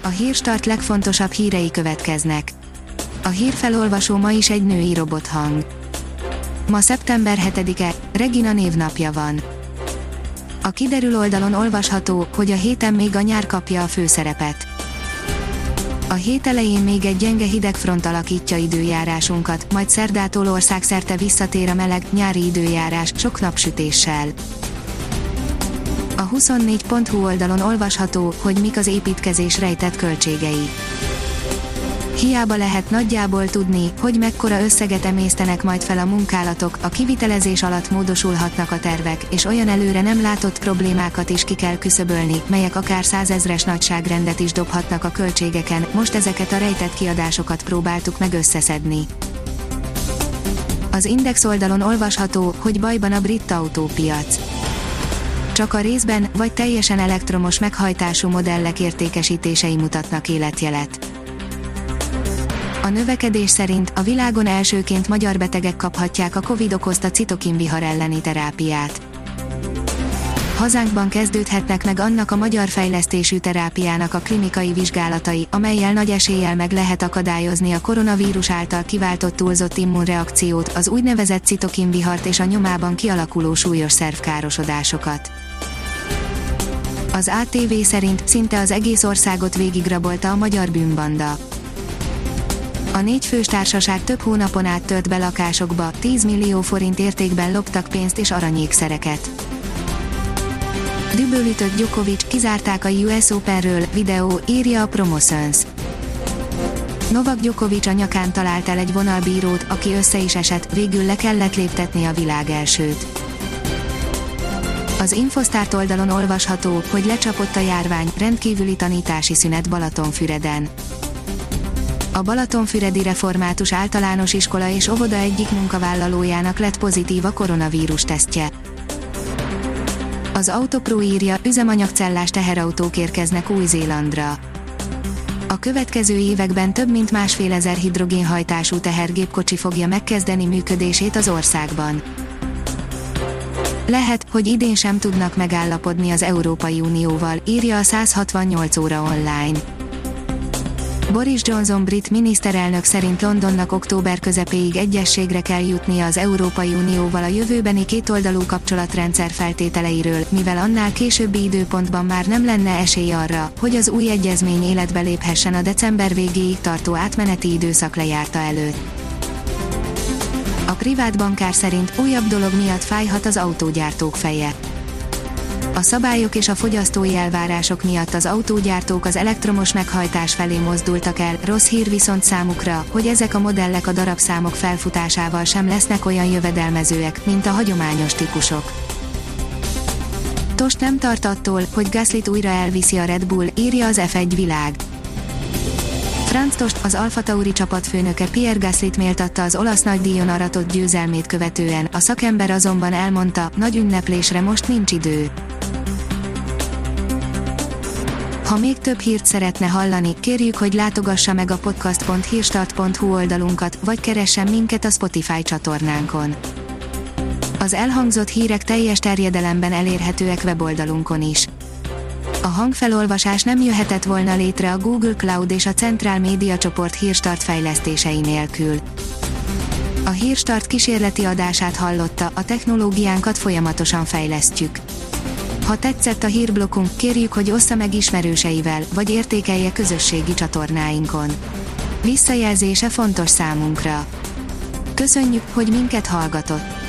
A Hírstart legfontosabb hírei következnek. A hírfelolvasó ma is egy női robothang. Ma szeptember 7-e, Regina névnapja van. A Kiderül oldalon olvasható, hogy a héten még a nyár kapja a főszerepet. A hét elején még egy gyenge hidegfront alakítja időjárásunkat, majd szerdától országszerte visszatér a meleg, nyári időjárás, sok napsütéssel. A 24.hu oldalon olvasható, hogy mik az építkezés rejtett költségei. Hiába lehet nagyjából tudni, hogy mekkora összeget emésztenek majd fel a munkálatok, a kivitelezés alatt módosulhatnak a tervek, és olyan előre nem látott problémákat is ki kell küszöbölni, melyek akár 100 000-es nagyságrendet is dobhatnak a költségeken, most ezeket a rejtett kiadásokat próbáltuk meg összeszedni. Az Index oldalon olvasható, hogy bajban a brit autópiac. Csak a részben, vagy teljesen elektromos meghajtású modellek értékesítései mutatnak életjelet. A növekedés szerint a világon elsőként magyar betegek kaphatják a Covid okozta citokinvihar elleni terápiát. Hazánkban kezdődhetnek meg annak a magyar fejlesztésű terápiának a klinikai vizsgálatai, amellyel nagy eséllyel meg lehet akadályozni a koronavírus által kiváltott túlzott immunreakciót, az úgynevezett citokinvihart és a nyomában kialakuló súlyos szervkárosodásokat. Az ATV szerint szinte az egész országot végigrabolta a magyar bűnbanda. A 4 fős társaság több hónapon át tört be lakásokba, 10 millió forint értékben loptak pénzt és aranyékszereket. Dübölütött Djokovic, kizárták a US Openről, videó, írja a Promoszöns. Novak Djokovic a nyakán talált el egy vonalbírót, aki össze is esett, végül le kellett léptetni a világ elsőt. Az Infosztárt oldalon olvasható, hogy lecsapott a járvány, rendkívüli tanítási szünet Balatonfüreden. A Balatonfüredi Református Általános Iskola és óvoda egyik munkavállalójának lett pozitív a koronavírus tesztje. Az Autopro írja, üzemanyagcellás teherautók érkeznek Új-Zélandra. A következő években több mint 1500 hidrogénhajtású tehergépkocsi fogja megkezdeni működését az országban. Lehet, hogy idén sem tudnak megállapodni az Európai Unióval, írja a 168 óra online. Boris Johnson brit miniszterelnök szerint Londonnak október közepéig egyezségre kell jutnia az Európai Unióval a jövőbeni kétoldalú kapcsolatrendszer feltételeiről, mivel annál későbbi időpontban már nem lenne esély arra, hogy az új egyezmény életbe léphessen a december végéig tartó átmeneti időszak lejárta előtt. A privát bankár szerint újabb dolog miatt fájhat az autógyártók feje. A szabályok és a fogyasztói elvárások miatt az autógyártók az elektromos meghajtás felé mozdultak el, rossz hír viszont számukra, hogy ezek a modellek a darabszámok felfutásával sem lesznek olyan jövedelmezőek, mint a hagyományos típusok. Tost nem tart attól, hogy Gaslyt újra elviszi a Red Bull, írja az F1 világ. Franz Tost, az Alfa Tauri csapatfőnöke Pierre Gaslyt méltatta az olasz nagydíjon aratott győzelmét követően, a szakember azonban elmondta, nagy ünneplésre most nincs idő. Ha még több hírt szeretne hallani, kérjük, hogy látogassa meg a podcast.hírstart.hu oldalunkat, vagy keressen minket a Spotify csatornánkon. Az elhangzott hírek teljes terjedelemben elérhetőek weboldalunkon is. A hangfelolvasás nem jöhetett volna létre a Google Cloud és a Central Media csoport Hírstart fejlesztései nélkül. A Hírstart kísérleti adását hallotta, a technológiánkat folyamatosan fejlesztjük. Ha tetszett a hírblokkunk, kérjük, hogy ossza meg ismerőseivel, vagy értékelje közösségi csatornáinkon. Visszajelzése fontos számunkra. Köszönjük, hogy minket hallgatott!